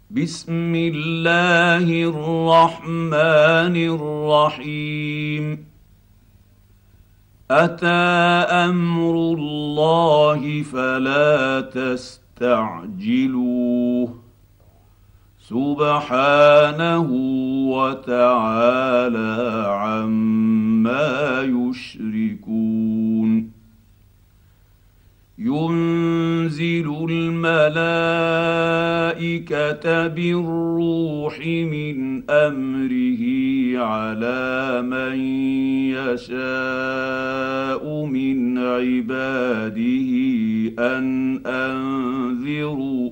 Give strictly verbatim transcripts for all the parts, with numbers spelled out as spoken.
بسم الله الرحمن الرحيم. أتى أمر الله فلا تستعجلوه سبحانه وتعالى عما يشركون. ينزل الملائكة بالروح من أمره على من يشاء من عباده أن أنذروا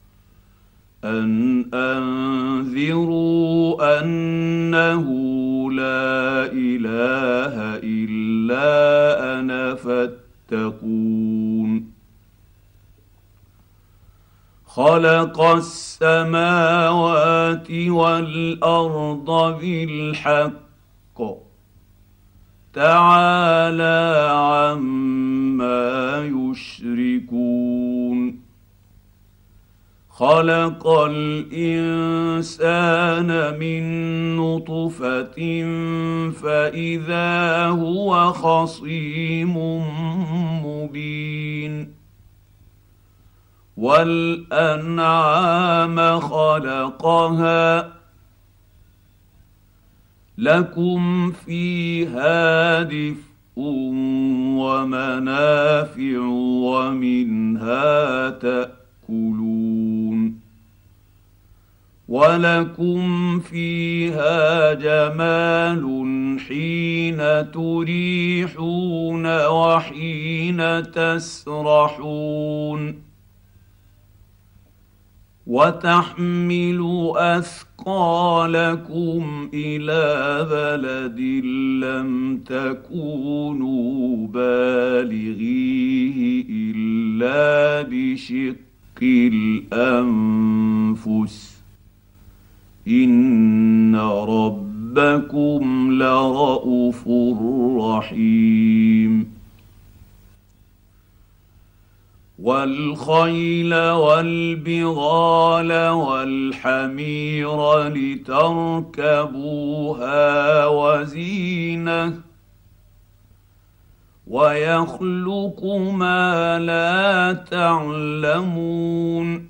أن أنذروا أنه لا إله إلا أنا فاتقون. خلق السماوات والأرض بالحق تعالى عما يشركون. خلق الإنسان من نطفة فإذا هو خصيم مبين. والأنعام خلقها لكم فيها دفء ومنافع ومنها تأكلون. ولكم فيها جمال حين تريحون وحين تسرحون. وتحمل أثقالكم إلى بلد لم تكونوا بالغيه إلا بشق الأنفس إن ربكم لرءوف رحيم. والخيل والبغال والحمير لتركبوها وزينة ويخلق ما لا تعلمون.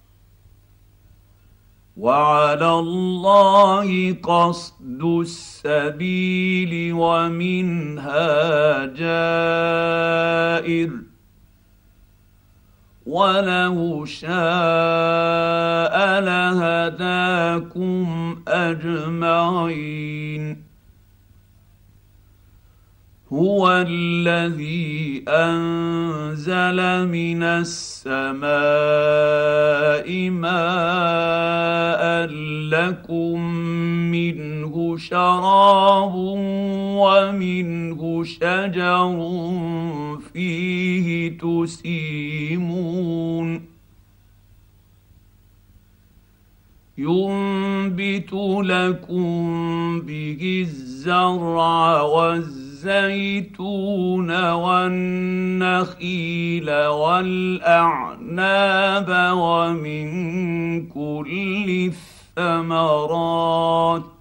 وعلى الله قصد السبيل ومنها جائر ولو شاء لهداكم أجمعين. هو الذي أنزل من السماء ماء لكم منه شراب ومنه شجر فيه تسيمون. ينبت لكم به الزرع والزيتون والنخيل والأعناب ومن كل الثمرات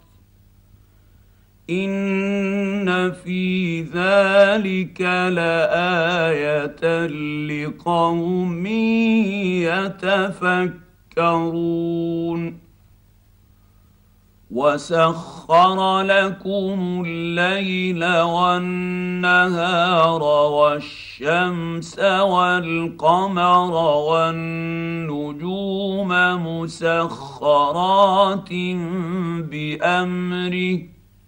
إن في ذلك لآية لقوم يتفكرون. وسخر لكم الليل والنهار والشمس والقمر والنجوم مسخرات بأمره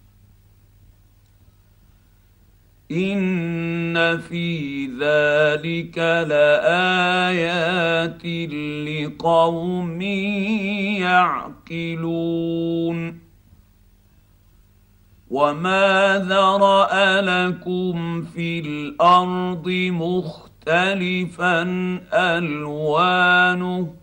إن في ذلك لآيات لقوم يعقلون. وما ذرأ لكم في الأرض مختلفا ألوانه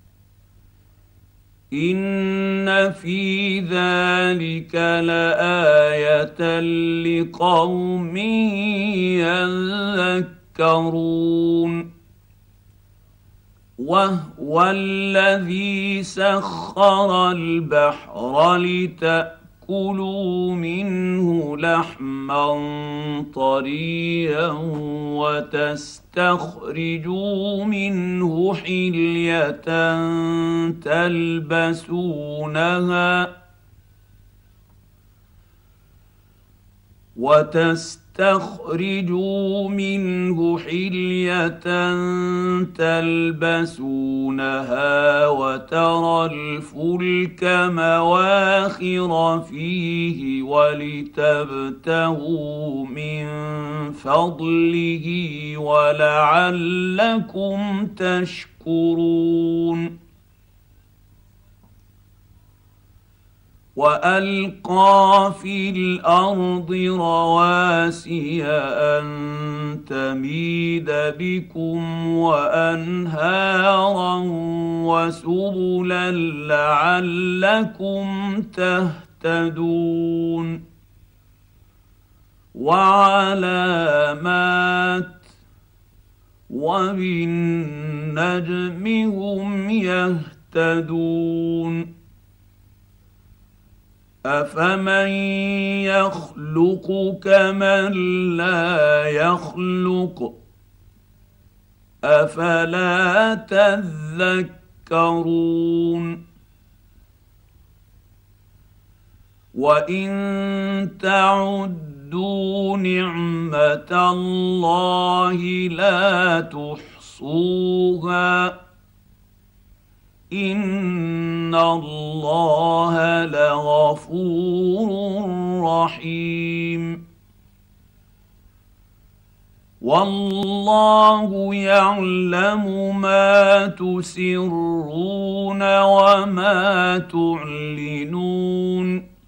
إن في ذلك لآية لقوم يذكرون. وهو الذي سخر البحر لتأكلوا منه لحما طريا وتستخرجوا منه حلية تلبسونها وتستخرجوا منه حلية تلبسونها وترى الفلك مواخر فيه ولتبتغوا من فضله ولعلكم تشكرون. وألقى في الأرض رواسي أن تميد بكم وأنهارا وسبلا لعلكم تهتدون. وعلامات وبالنجم هم يهتدون. أفمن يخلق كمن لا يخلق أفلا تذكرون. وإن تعدوا نعمة الله لا تحصوها إن الله لغفور رحيم. والله يعلم ما تسرون وما تعلنون.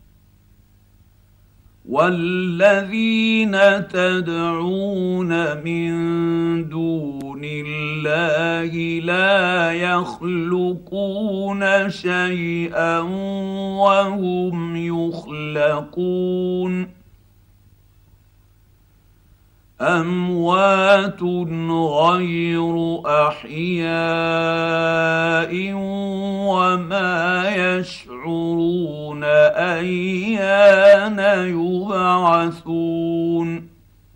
والذين تدعون من دون الله لا يخلقون شيئا وهم يخلقون. أموات غير أحياء وما يشعرون أيان يبعثون.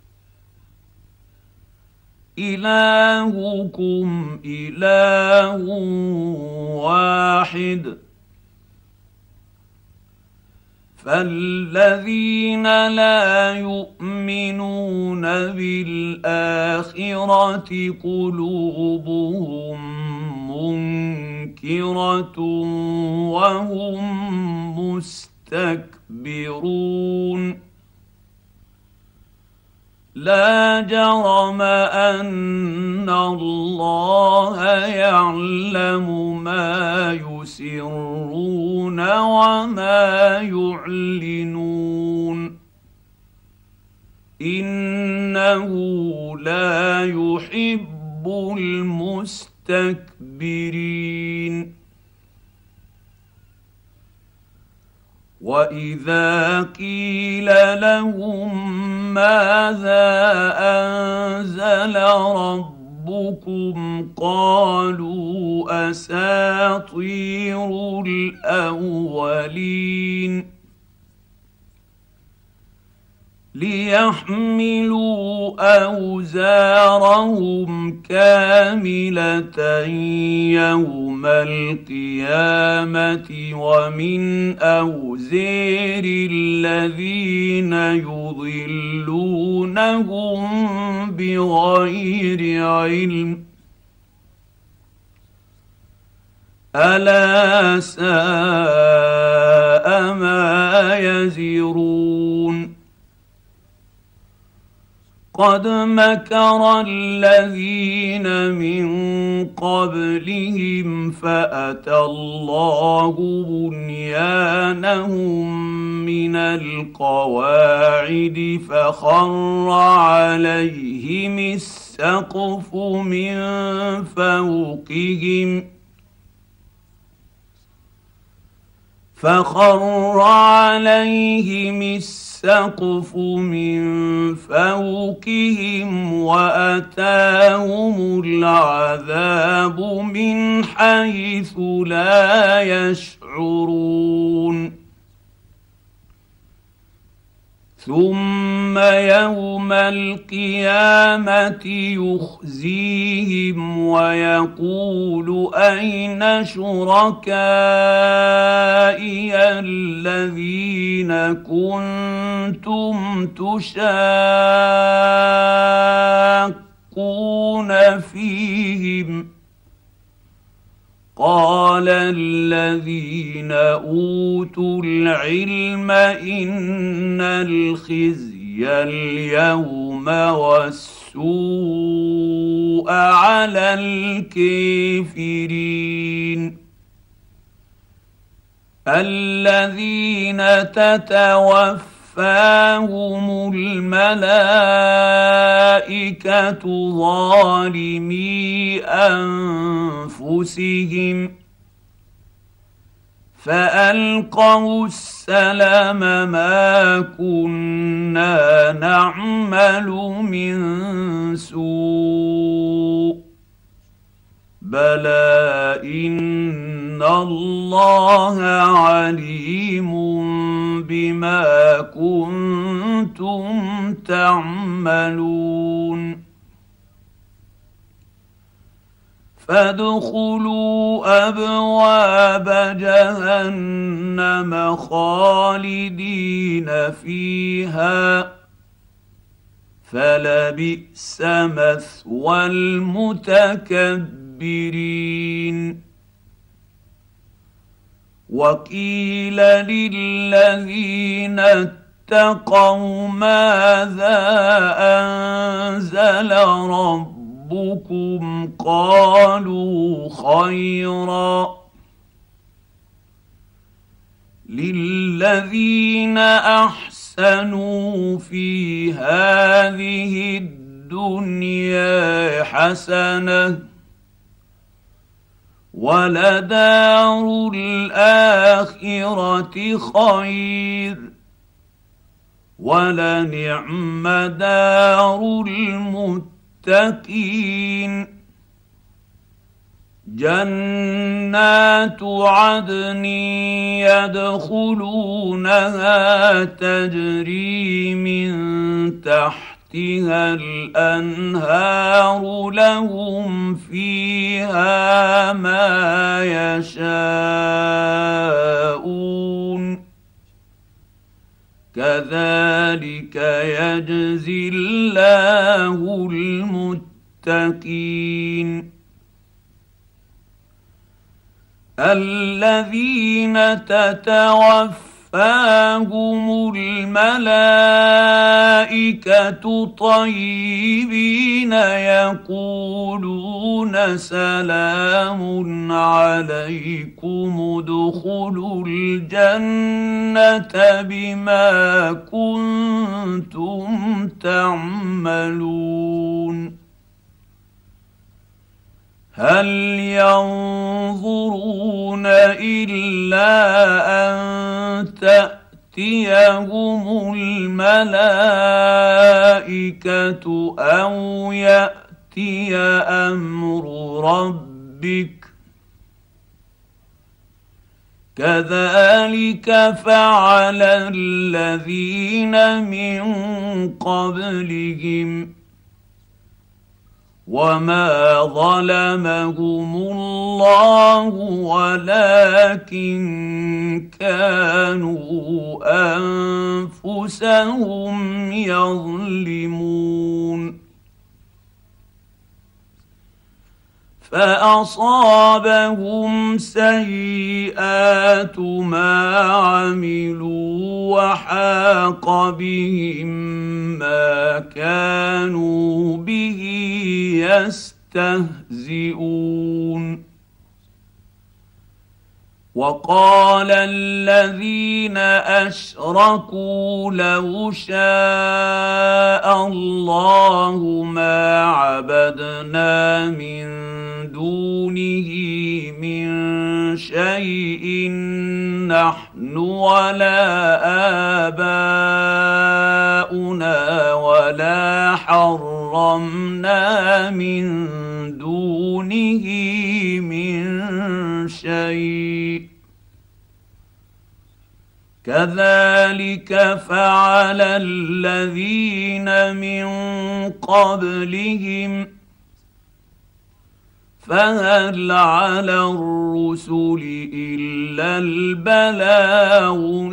إلهكم إله واحد فالذين لا يؤمنون بالآخرة قلوبهم منكرة وهم مستكبرون. لا جرم أن الله يعلم ما يسرون وما يعلنون إنه لا يحب المستكبرين. وإذا قيل لهم ماذا أنزل ربكم قالوا أساطير الأولين ليحملوا أوزارهم كاملة يوم القيامة ومن أوزار الذين يضلونهم بغير علم ألا ساء ما يزرون. قد مكر الذين من قبلهم فأتى الله بنيانهم من القواعد فخر عليهم السقف من فوقهم فخر عليهم السقف السقف من فوقهم واتاهم العذاب من حيث لا يشعرون ثم يوم القيامه يخزيهم ويقول اين شركائي الذين كنتم تشاقون فيهم قال الذين اوتوا العلم ان الخزي اليوم والسوء على الكافرين الذين تتوفاهم الملائكه ظالمي انفسهم فالقوا السلم ما كنا نعمل من سوء بلى ان الله عليم بما كنتم تعملون فادخلوا ابواب جهنم خالدين فيها فلبئس مثوى المتكبرين وقيل للذين اتقوا ماذا انزل ربكم قالوا خيرا للذين احسنوا في هذه الدنيا حسنه ولدار الاخره خير ولنعم دار المتقين جنات عدن يدخلونها تجري من تحتها الانهار لهم فيها ما يشاءون كذلك يجزي الله المتقين الذين تتوفاهم الملائكة طيبين يقولون سلام عليكم ادخلوا الجنة بما كنتم تعملون هل ينظرون إلا أن تأتيهم الملائكة أو يأتي أمر ربك كذلك فعل الذين من قبلهم وما ظلمهم الله ولكن كانوا انفسهم يظلمون فاصابهم سيئات ما عملوا وحاق بهم ما كانوا به يستهزئون وقال الذين اشركوا لو شاء الله ما عبدنا من دونه من شيء نحن ولا آباؤنا ولا حرمنا من دونه من شيء كذلك فعل الذين من قبلهم فهل على الرسل إلا البلاغ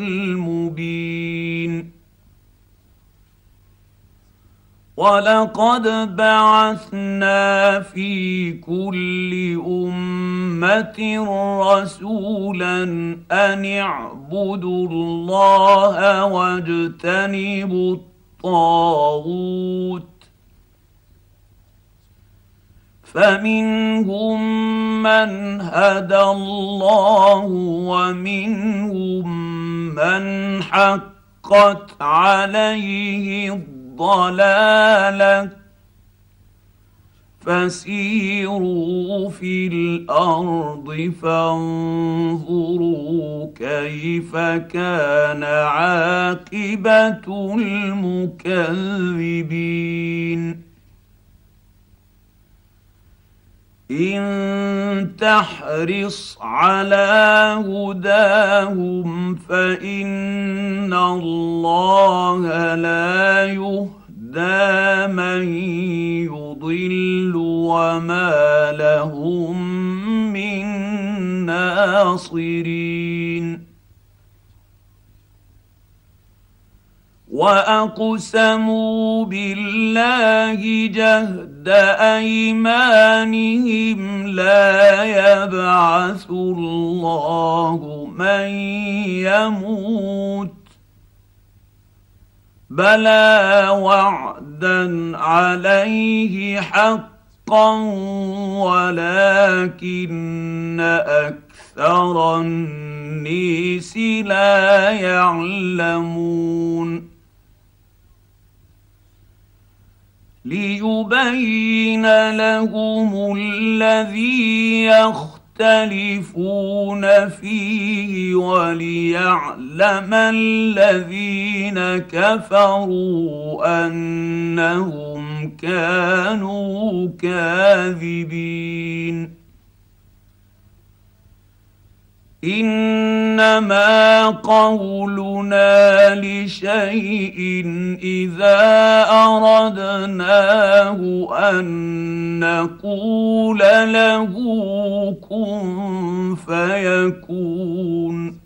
المبين ولقد بعثنا في كل أمة رسولا أن اعبدوا الله واجتنبوا الطاغوت فمنهم من هدى الله ومنهم من حقت عليه الضلاله فسيروا في الارض فانظروا كيف كان عاقبه المكذبين إن تحرص على هداهم فإن الله لا يهدى من يضل وما لهم من ناصرين وأقسموا بالله جهد أيمانهم لا يبعث الله من يموت بلى وعدا عليه حقا ولكن أكثر الناس لا يعلمون ليبين لهم الذي يختلفون فيه وليعلم الذين كفروا أنهم كانوا كاذبين إنما قولنا لشيء إذا أردناه أن نقول له كن فيكون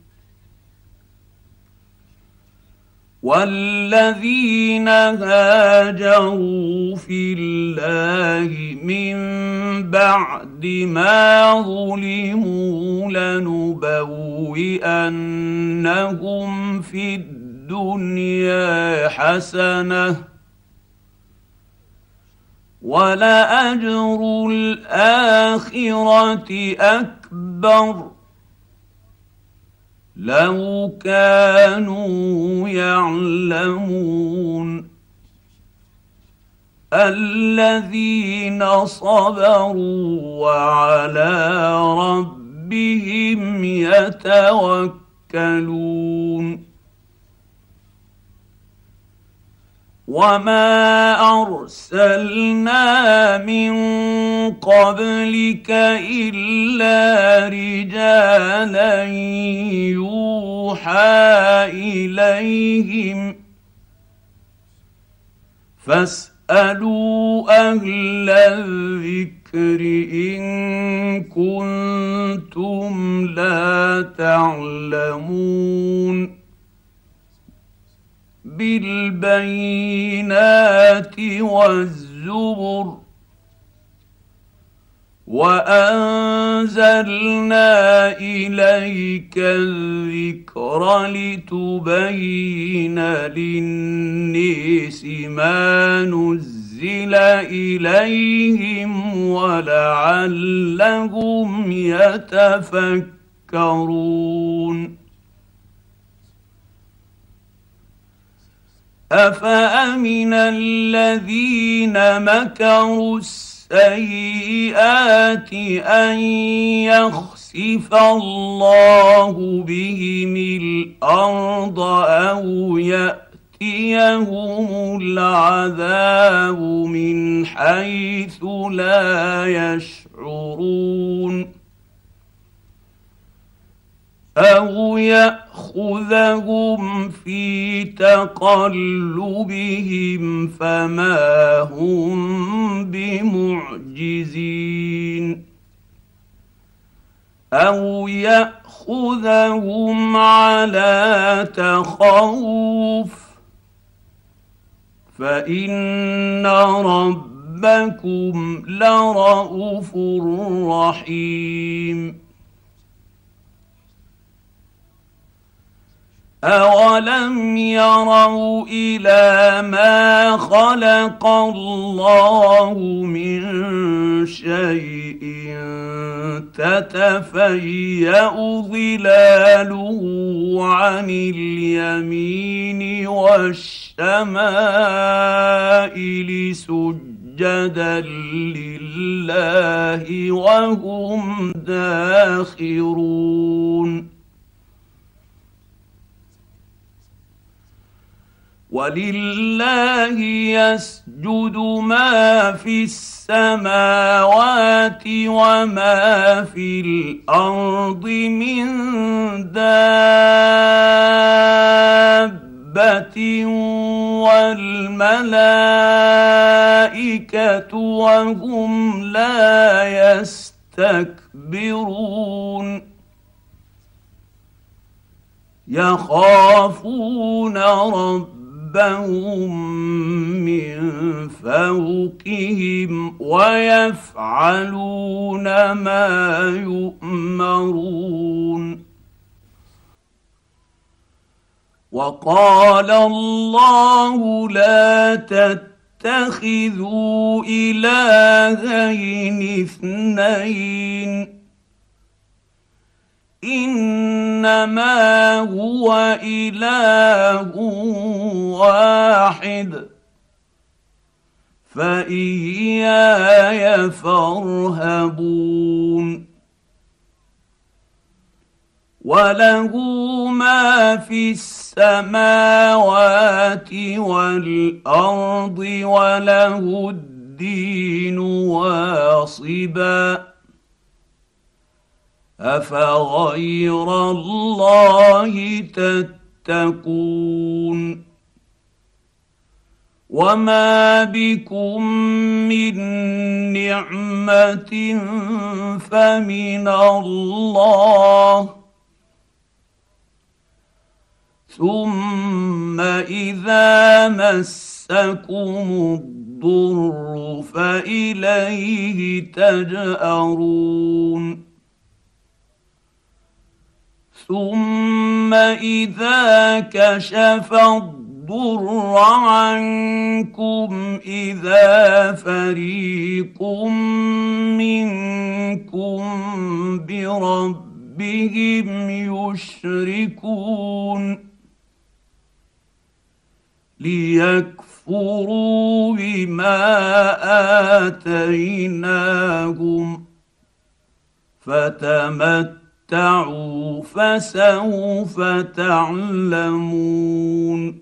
والذين هاجروا في الله من بعد ما ظلموا لنبوئنهم في الدنيا حسنة ولأجر الآخرة أكبر لو كانوا يعلمون الذين صبروا وعلى ربهم يتوكلون وما أرسلنا من قبلك إلا رجالا يوحى إليهم فاسألوا أهل الذكر إن كنتم لا تعلمون بالبينات والزبر وأنزلنا إليك الذكر لتبين للناس ما نزل إليهم ولعلهم يتفكرون أفأمن الذين مكروا السيئات أن يخسف الله بهم الأرض أو يأتي ياتيهم العذاب من حيث لا يشعرون او ياخذهم في تقلبهم فما هم بمعجزين او ياخذهم على تخوف فان ربكم لرءوف رحيم أولم يروا إلى ما خلق الله من شيء تتفيأ ظلاله عن اليمين والشمائل سجدا لله وهم داخرون ولله يسجد ما في السماوات وما في الارض من دابه والملائكه وهم لا يستكبرون يخافون ربهم ربهم من فوقهم ويفعلون ما يؤمرون وقال الله لا تتخذوا إلهين اثنين انما هو اله واحد فاياي فارهبون وله ما في السماوات والارض وله الدين واصبا أفغير الله تتقون وما بكم من نعمة فمن الله ثم إذا مسكم الضر فإليه تجأرون ثم إذا كشف الضر عنكم إذا فريق منكم بربهم يشركون ليكفروا بما آتيناهم فتمتعوا تعوا فسوف تعلمون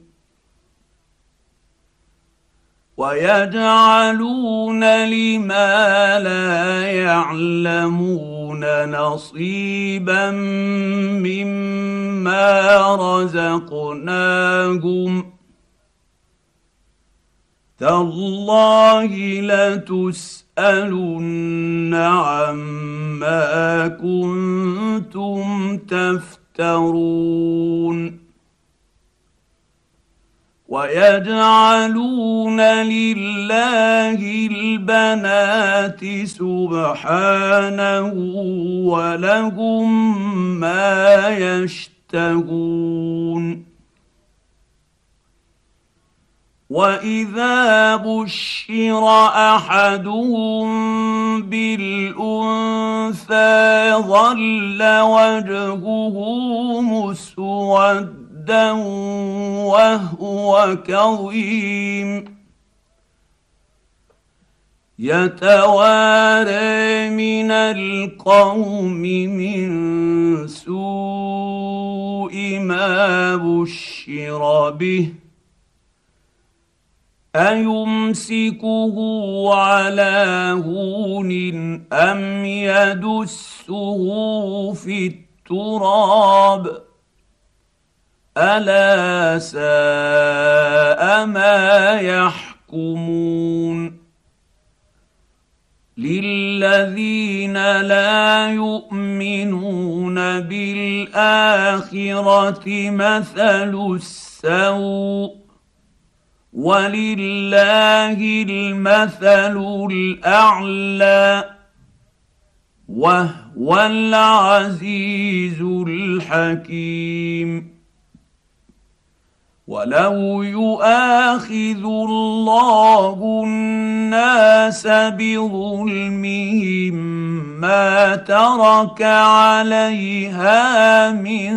ويجعلون لما لا يعلمون نصيبا مما رزقناهم تالله لتسألن عما كنتم تفترون ويجعلون لله البنات سبحانه ولهم ما يشتهون واذا بشر احدهم بالانثى ظل وجهه مسودا وهو كظيم يتوارى من القوم من سوء ما بشر به ايمسكه على هون ام يدسه في التراب الا ساء ما يحكمون للذين لا يؤمنون بالاخره مثل السوء ولله المثل الاعلى وهو العزيز الحكيم ولو يؤاخذ الله الناس بظلمهم ما ترك عليها من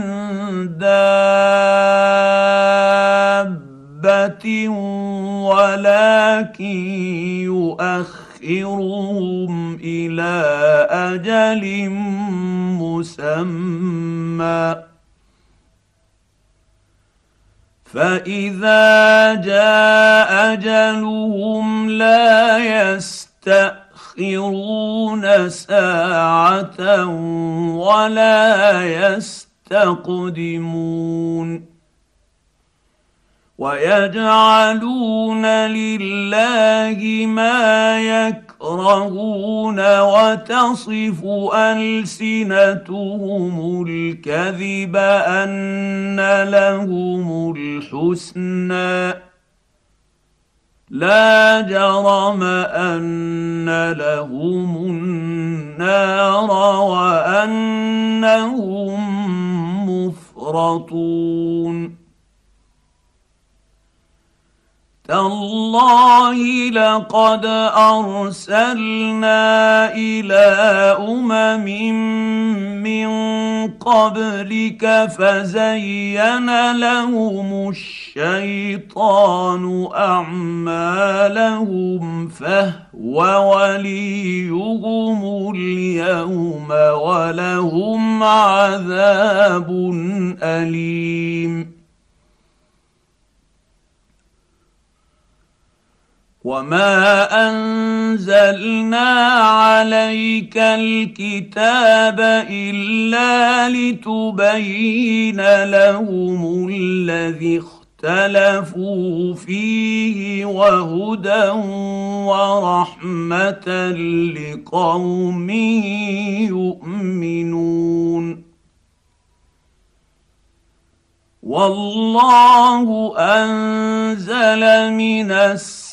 دابة ولكن يؤخرهم إلى أجل مسمى فإذا جاء أجلهم لا يستأخرون ساعة ولا يستقدمون ويجعلون لله ما يكرهون وتصف ألسنتهم الكذب أن لهم الحسنى لا جرم أن لهم النار وأنهم مفرطون تالله لقد ارسلنا الى امم من قبلك فزين لهم الشيطان اعمالهم فهو وليهم اليوم ولهم عذاب اليم وما انزلنا عليك الكتاب الا لتبين لهم الذي اختلفوا فيه وهدى ورحمه لقوم يؤمنون والله انزل من السماء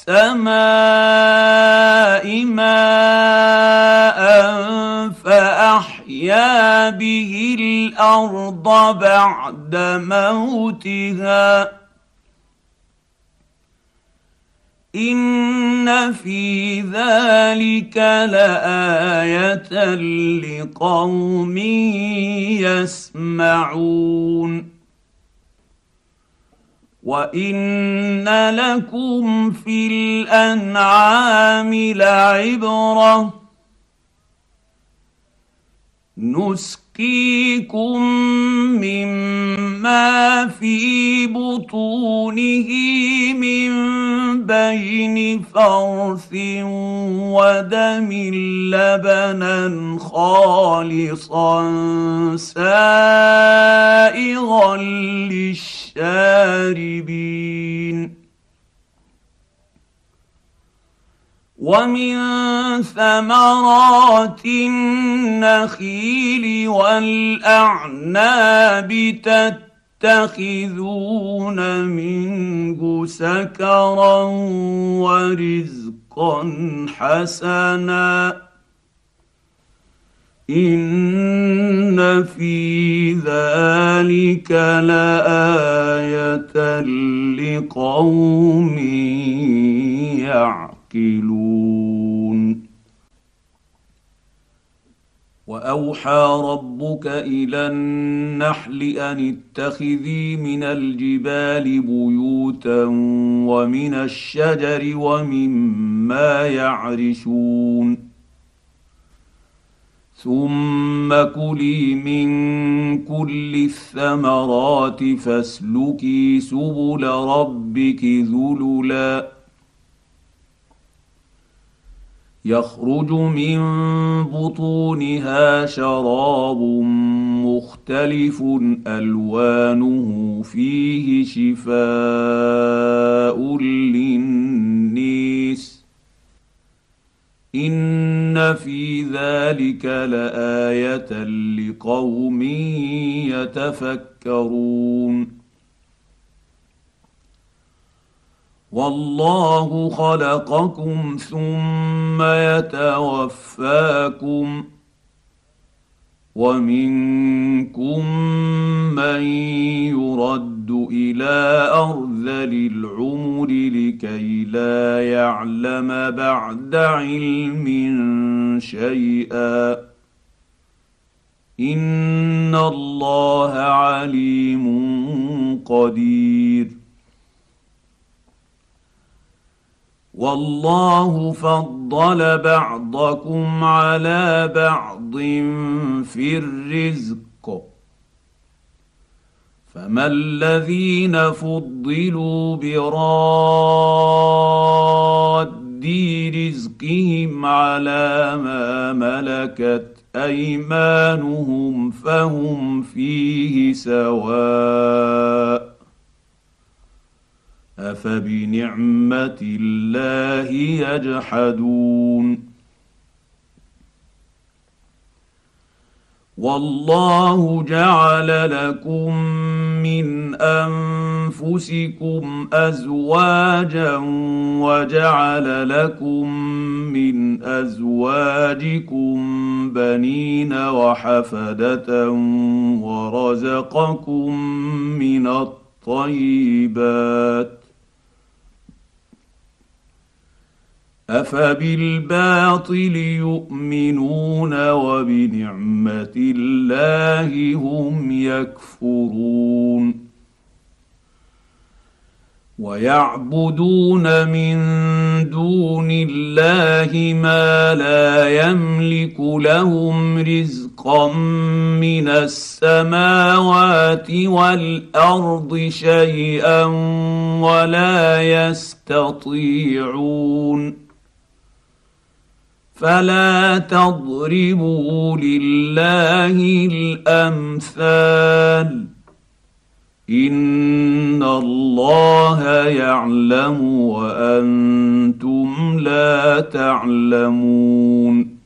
السماء ماء فأحيا به الأرض بعد موتها إن في ذلك لآية لقوم يسمعون وان لكم في الانعام لعبره نسقيكم مما في بطونه من بين فرث ودم لبنا خالصا سائغا للشاربين ومن ثمرات النخيل والاعناب تتخذون منه سكرا ورزقا حسنا ان في ذلك لايه لقوم يعقلون واوحى ربك الى النحل ان اتخذي من الجبال بيوتا ومن الشجر ومما يعرشون ثم كلي من كل الثمرات فاسلكي سبل ربك ذللا يخرج من بطونها شراب مختلف الوانه فيه شفاء للناس ان في ذلك لايه لقوم يتفكرون. والله خلقكم ثم يتوفاكم ومنكم من يرد الى ارذل العمر لكي لا يعلم بعد علم شيئا ان الله عليم قدير. والله فضل بعضكم على بعض في الرزق فما الذين فضلوا براد رزقهم على ما ملكت ايمانهم فهم فيه سواء افبنعمه الله يجحدون. والله جعل لكم من انفسكم ازواجا وجعل لكم من ازواجكم بنين وحفده ورزقكم من الطيبات افبالباطل يؤمنون وبنعمه الله هم يكفرون. ويعبدون من دون الله ما لا يملك لهم رزقا من السماوات والارض شيئا ولا يستطيعون. فلا تضربوا لله الامثال ان الله يعلم وانتم لا تعلمون.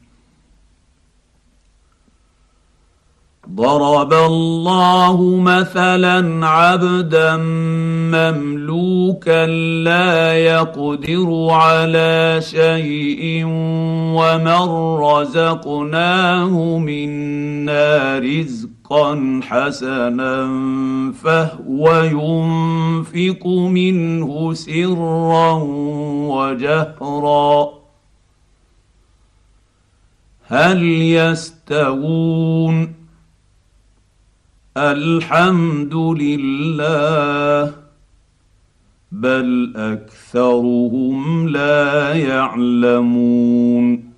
ضرب الله مثلا عبدا مملوكا لا يقدر على شيء ومن رزقناه منا رزقا حسنا فهو ينفق منه سرا وجهرا هل يستوون؟ الحمد لله بل اكثرهم لا يعلمون.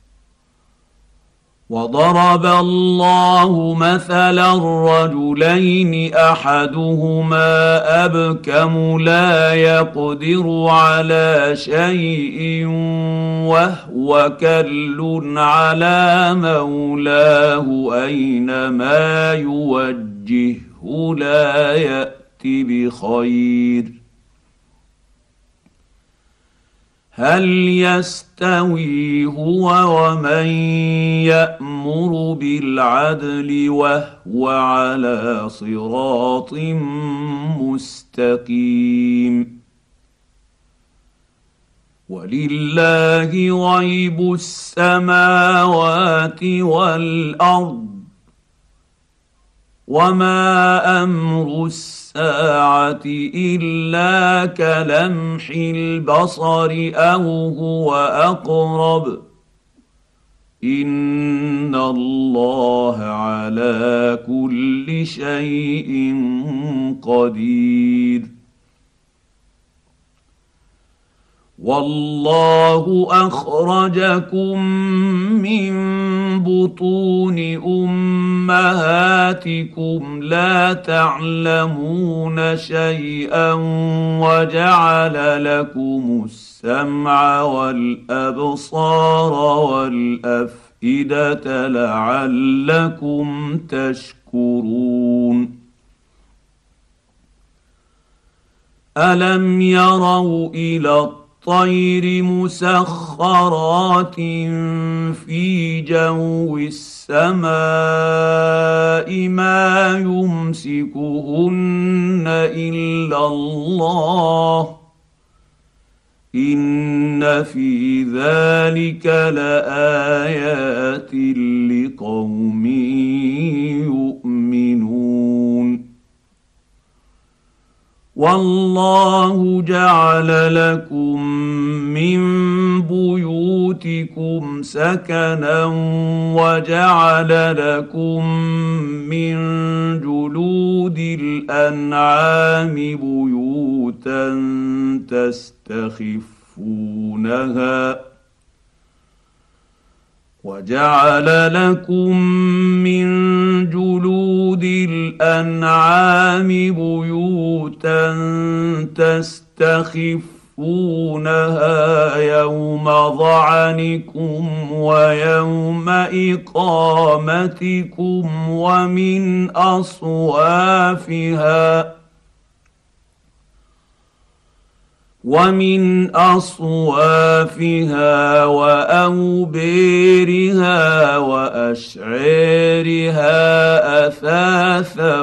وضرب الله مثلا رجلين احدهما ابكم لا يقدر على شيء وهو كل على مولاه اينما يوجهه لا يأت بخير هل يستوي هو ومن يأمر بالعدل وهو على صراط مستقيم. ولله غيب السماوات والارض وما امر الساعه الا كلمح البصر او هو اقرب ان الله على كل شيء قدير. والله اخرجكم من بطون امهاتكم لا تعلمون شيئا وجعل لكم السمع والابصار والافئده لعلكم تشكرون. الم يروا الى الطير مسخرات في جو السماء ما يمسكهن الا الله ان في ذلك لايات لقوم يؤمنون. والله جعل لكم من بيوتكم سكنا وجعل لكم من جلود الانعام بيوتا تستخفونها وجعل لكم من جلود الأنعام بيوتا تستخفونها يوم ظعنكم ويوم إقامتكم ومن أصوافها ومن أصوافها وأوبيرها وأشعارها أثاثا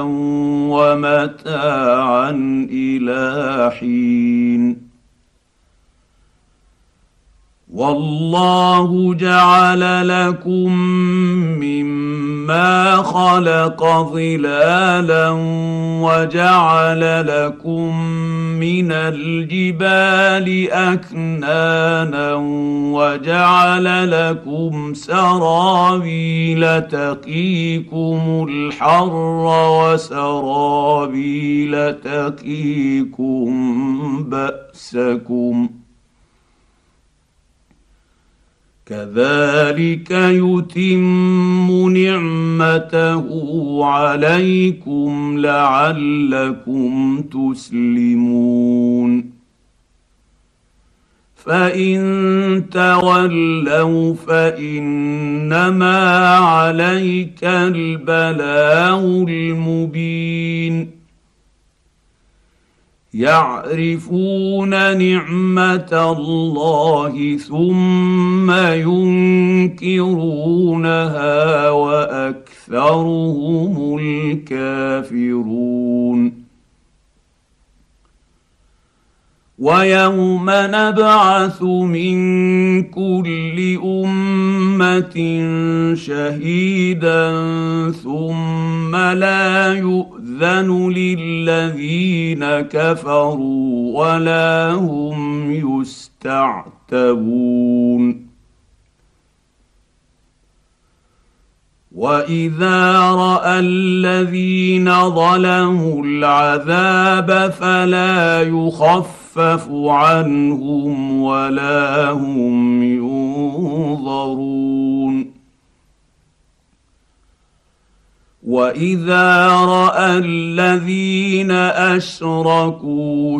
ومتاعا إلى حين. والله جعل لكم مما خلق ظلالا وجعل لكم من الجبال أكنانا وجعل لكم سرابيل تقيكم الحر وسرابيل تقيكم بأسكم كذلك يتم نعمته عليكم لعلكم تسلمون. فإن تولوا فإنما عليك البلاغ المبين. يعرفون نعمة الله ثم ينكرونها وأكثرهم الكافرون. ويوم نبعث من كل أمة شهيدا ثم لا يؤذن للذين كفروا ولا هم يستعتبون. وإذا رأى الذين ظلموا العذاب فلا يخفف عنهم ولا هم ينظرون. وإذا رأى الذين أشركوا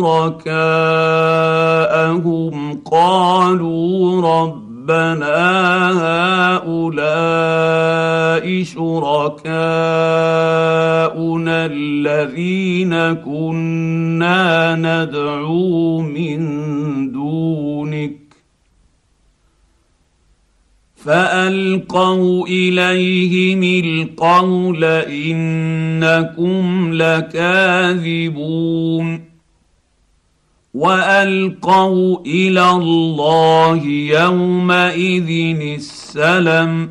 شركاءهم قالوا ربنا هؤلاء شركاؤنا الذين كنا ندعو من دونك فألقوا إليهم القول إنكم لكاذبون. وألقوا إلى الله يومئذ السلم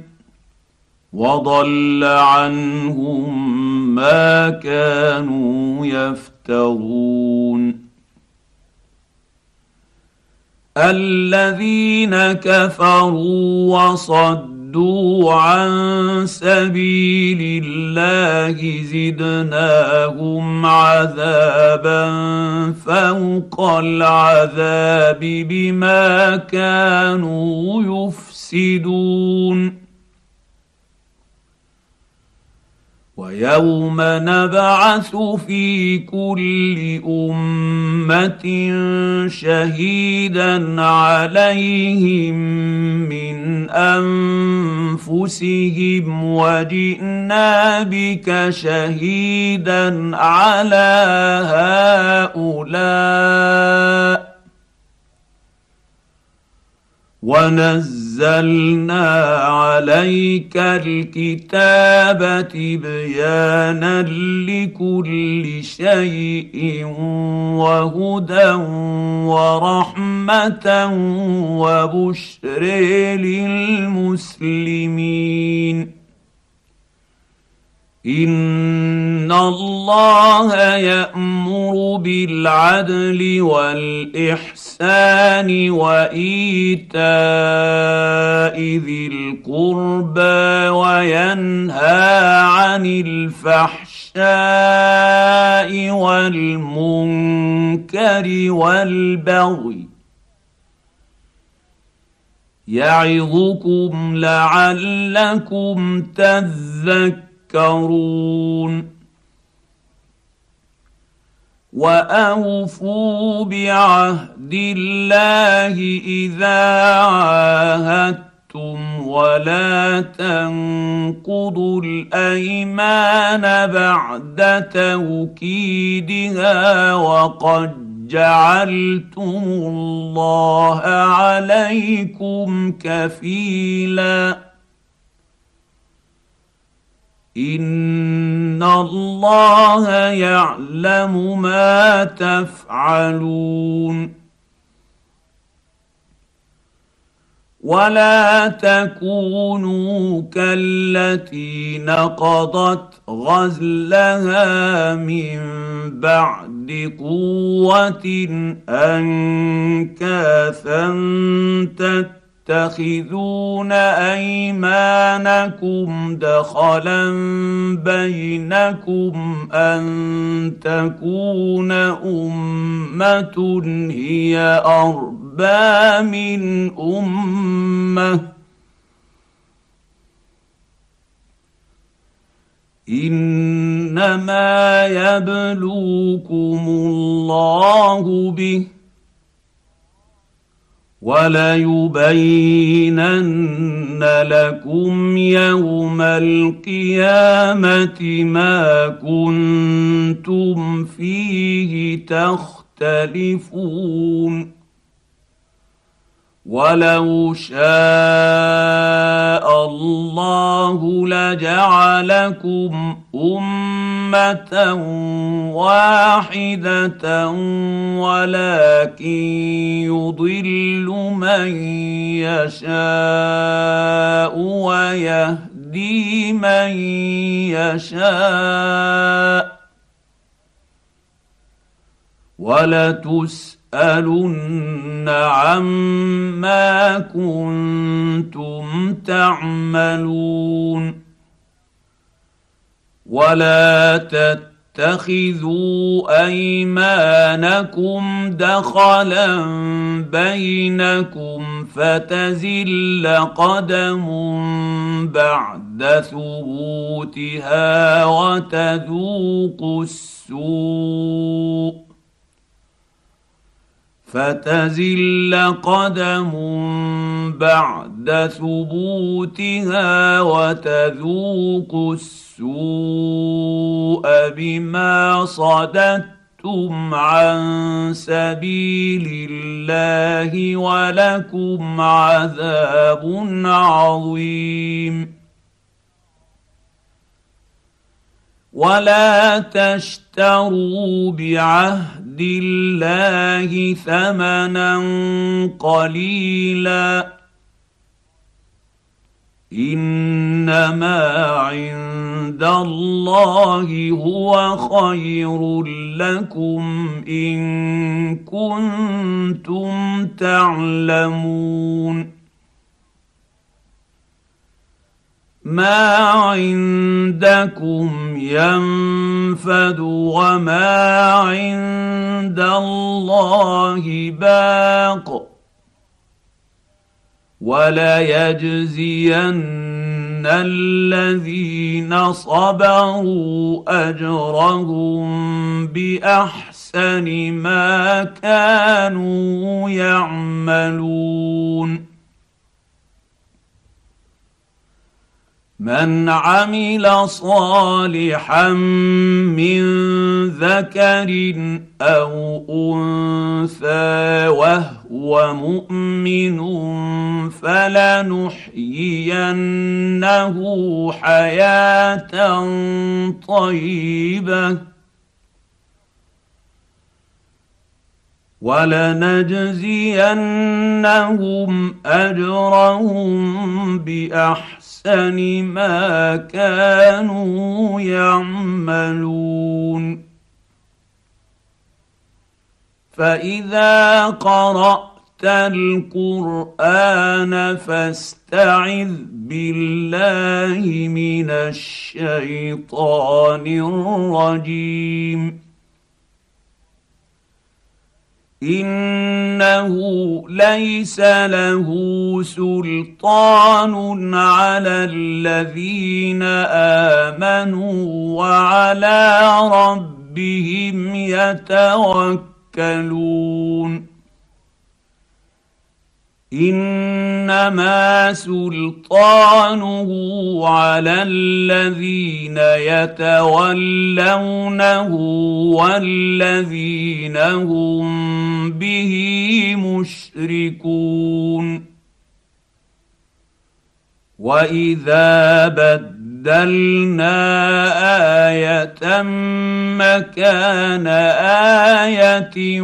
وضل عنهم ما كانوا يفترون. الذين كفروا وصدوا صدوا عن سبيل الله زدناهم عذابا فوق العذاب بما كانوا يفسدون. ويوم نبعث في كل امه شهيدا عليهم من انفسهم وجئنا بك شهيدا على هؤلاء ونزلنا عليك الكتاب تبيانا لكل شيء وهدى ورحمة وبشر للمسلمين. إن الله يأمر بالعدل والإحسان وإيتاء ذي القربى وينهى عن الفحشاء والمنكر والبغي يعظكم لعلكم تذكرون. وأوفوا بعهد الله إذا عاهدتم ولا تنقضوا الأيمان بعد توكيدها وقد جعلتم الله عليكم كفيلا. إن الله يعلم ما تفعلون. ولا تكونوا كالتي نقضت غزلها من بعد قوة أنكاثا تتخذون أيمانكم دخلا بينكم أن تكون أمة هي أربى من أمة إنما يبلوكم الله به وليبينن لكم يوم القيامة ما كنتم فيه تختلفون. ولو شاء الله لجعلكم أمة واحدة ولكن يضل من يشاء ويهدي من يشاء ولتسألن عما كنتم تعملون. ولا تتخذوا أيمانكم دخلا بينكم فتزل قدم بعد ثبوتها وتذوقوا السوء فتزل قدم بعد ثبوتها وتذوقوا السوء بما صددتم عن سبيل الله ولكم عذاب عظيم. ولا تشتروا بعهد الله ثمنا قليلا إنما عند الله هو خير لكم إن كنتم تعلمون. ما عندكم ينفد وما عند الله باق وليجزين الذين صبروا اجرهم باحسن ما كانوا يعملون. من عمل صالحا من ذكر او انثى وهو مؤمن فلنحيينه حياه طيبه ولنجزينهم اجرهم باحسن أحسن ما كانوا يعملون. فإذا قرأت القرآن فاستعذ بالله من الشيطان الرجيم. انه ليس له سلطان على الذين امنوا وعلى ربهم يتوكلون. انما سلطانه على الذين يتولونه والذين هم به مشركون. واذا بدلنا ايه مكان ايه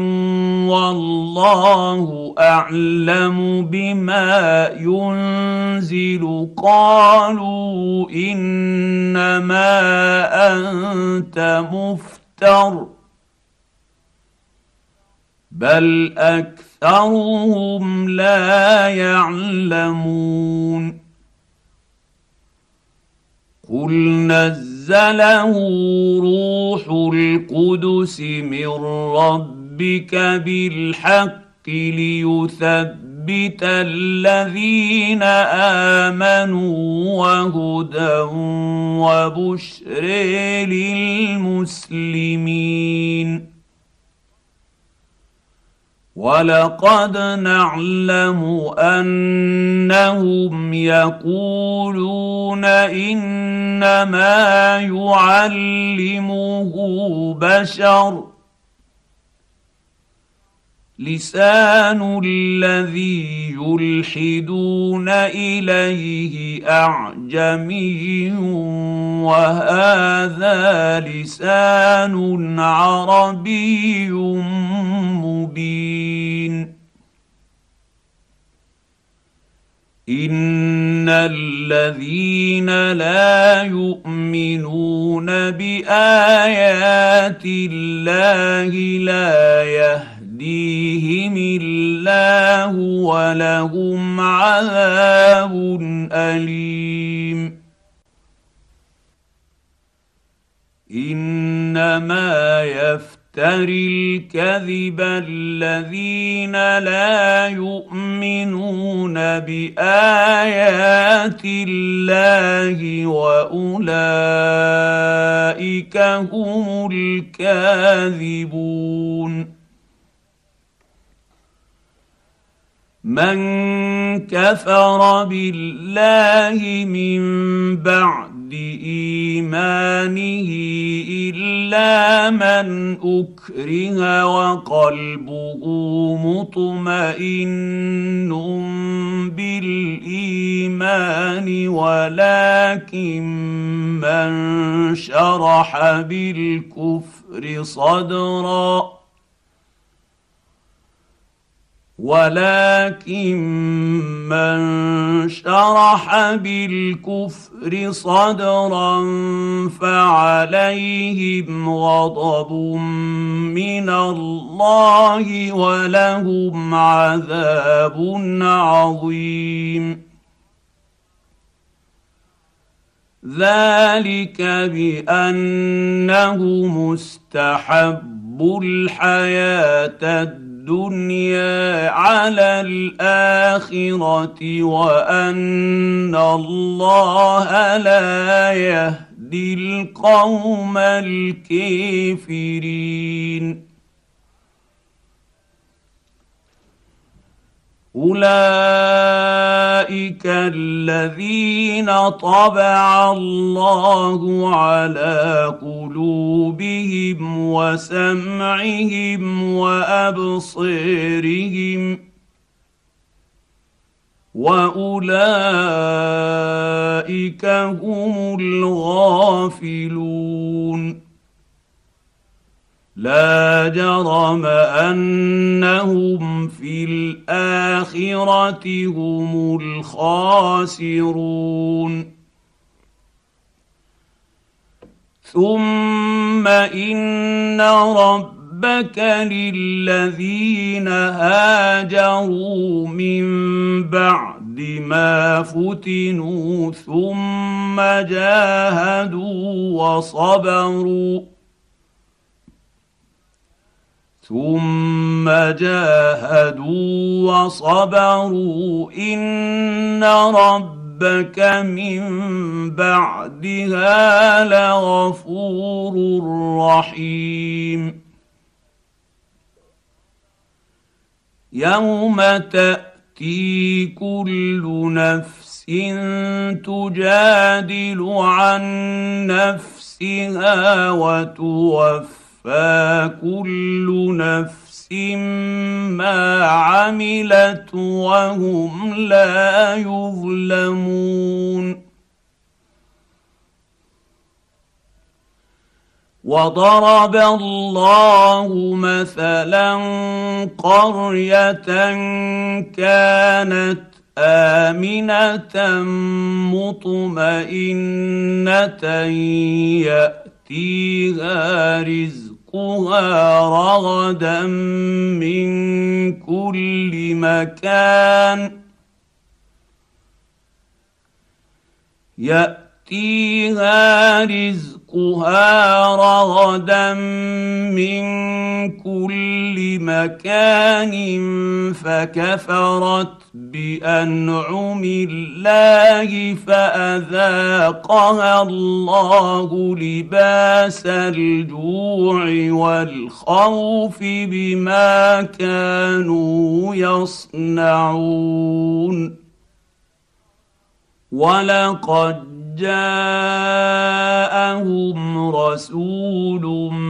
والله اعلم بما ينزل قالوا انما انت مفتر بل اكثرهم لا يعلمون. قل نزله روح القدس من ربك بالحق ليثبت الذين امنوا وهدى وبشر للمسلمين. ولقد نعلم انهم يقولون انما يعلمه بشر لسان الذي يلحدون اليه اعجمي وهذا لسان عربي مبين. ان الذين لا يؤمنون بايات الله لا يهديهم الله ولهم عذاب اليم. انما يفتر الكذب الذين لا يؤمنون بايات الله واولئك هم الكاذبون. من كفر بالله من بعد ايمانه الا من اكره وقلبه مطمئن بالايمان ولكن من شرح بالكفر صدرا ولكن من شرح بالكفر صدرا فعليهم غضب من الله ولهم عذاب عظيم. ذلك بانهم استحبوا الحياه الدنيا على الاخره وان الله لا يهدي القوم الكافرين. اولئك الذين طبع الله على قلوبهم وسمعهم وابصارهم واولئك هم الغافلون. لا جرم انهم في الاخره هم الخاسرون. ثم ان ربك للذين هاجروا من بعد ما فتنوا ثم جاهدوا وصبروا ثم جاهدوا وصبروا إن ربك من بعدها لغفور رحيم. يوم تأتي كل نفس تجادل عن نفسها وتوفى فكل نفس ما عملت وهم لا يظلمون. وضرب الله مثلا قرية كانت آمنة مطمئنة يأتيها رزقها رغدا من كل مكان يأتيها رزقها رغدا من كل مكان فكفرت بأنعم الله فأذاقها الله لباس الجوع والخوف بما كانوا يصنعون. ولقد جاءهم رسول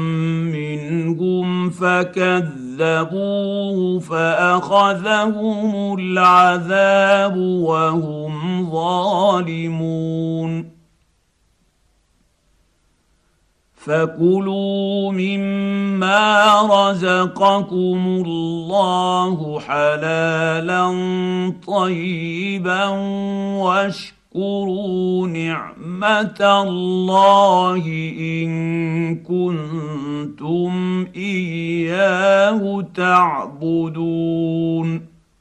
منهم فكذبوه فأخذهم العذاب وهم ظالمون. فكلوا مما رزقكم الله حلالا طيبا واشكروا اذكروا نعمة الله إن كنتم إياه تعبدون.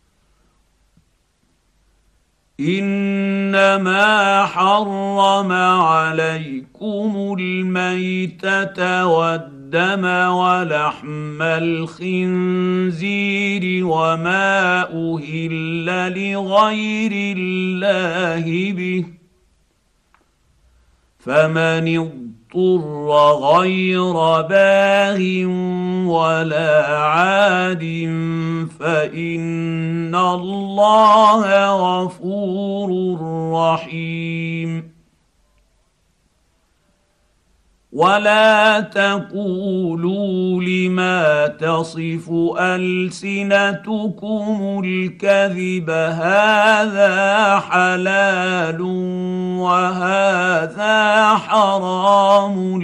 إنما حرم عليكم الميتة والدم ولحم الخنزير وما أهل لغير الله به، فمن اضطر غير باغ ولا عاد فإن الله غفور رحيم. ولا تقولوا لما تصف ألسنتكم الكذب هذا حلال وهذا حرام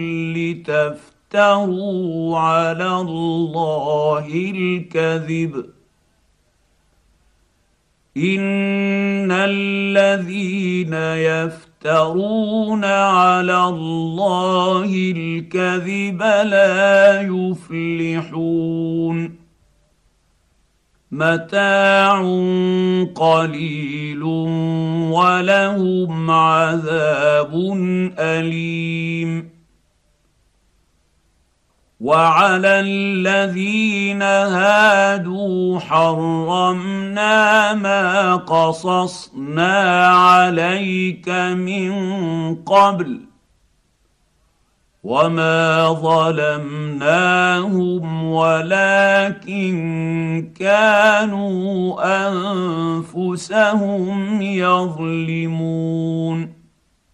لتفتروا على الله الكذب، إن الذين يفترون على الله الكذب لا يفلحون. متاع قليل ولهم عذاب أليم. وعلى الذين هادوا حرمنا ما قصصنا عليك من قبل وما ظلمناهم ولكن كانوا انفسهم يظلمون.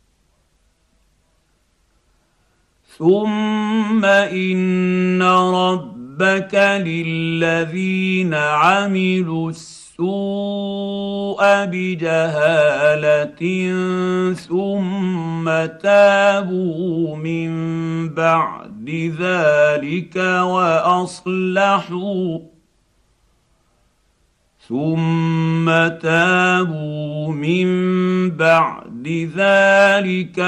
ثم ان ربك للذين عملوا السوء بجهاله ثم تابوا من بعد ذلك واصلحوا ثم تابوا من بعد ذلك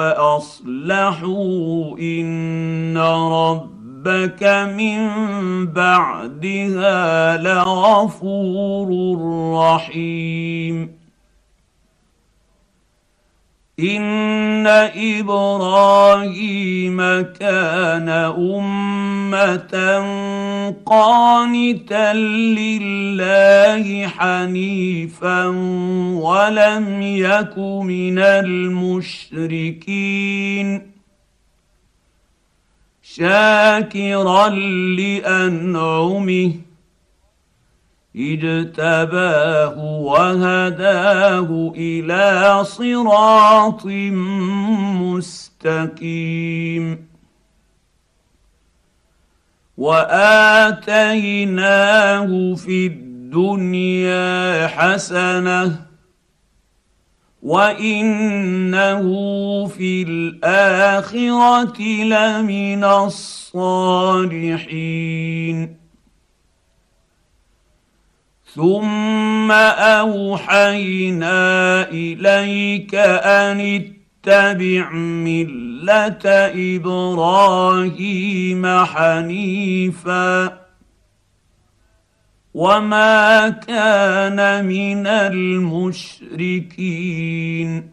واصلحوا ان ربك من بعدها لغفور رحيم. ان ابراهيم كان امه قانتا لله حنيفا ولم يك من المشركين شاكرا لانعمه اجتباه وهداه الى صراط مستقيم. واتيناه في الدنيا حسنه وانه في الاخره لمن الصالحين. ثم اوحينا اليك ان اتبع مله ابراهيم حنيفا وما كان من المشركين.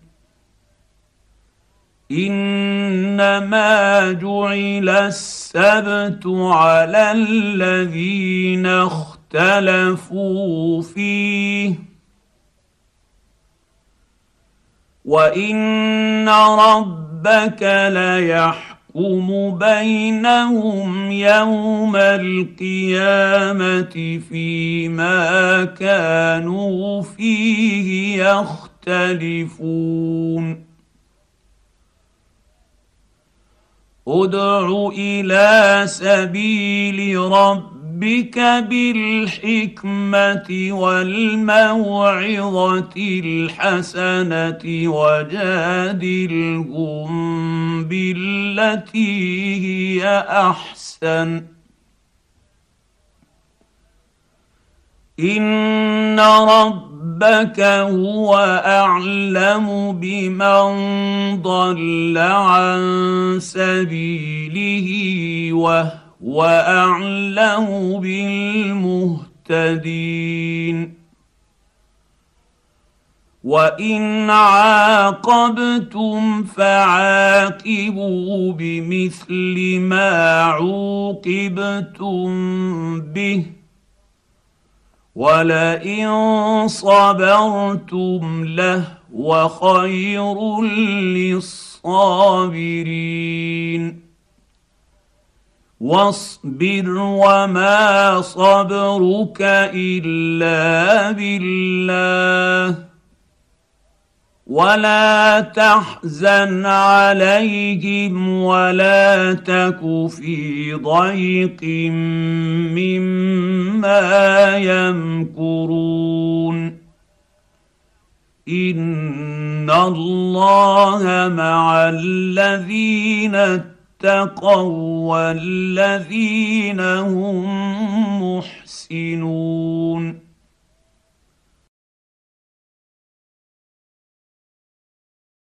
انما جعل السبت على الذين اختلفوا فيه وان ربك ليحكم بينهم يوم القيامه فيما كانوا فيه يختلفون. ادع الى سبيل ربك ربك بالحكمه والموعظه الحسنه وجادلهم بالتي هي احسن ان ربك هو اعلم بمن ضل عن سبيله وهو واعلم بالمهتدين. وان عاقبتم فعاقبوا بمثل ما عوقبتم به ولئن صبرتم لهو خير للصابرين. واصبر وما صبرك الا بالله ولا تحزن عليهم ولا تك في ضيق مما يمكرون. ان الله مع الذين اتقوا والذين هم محسنون.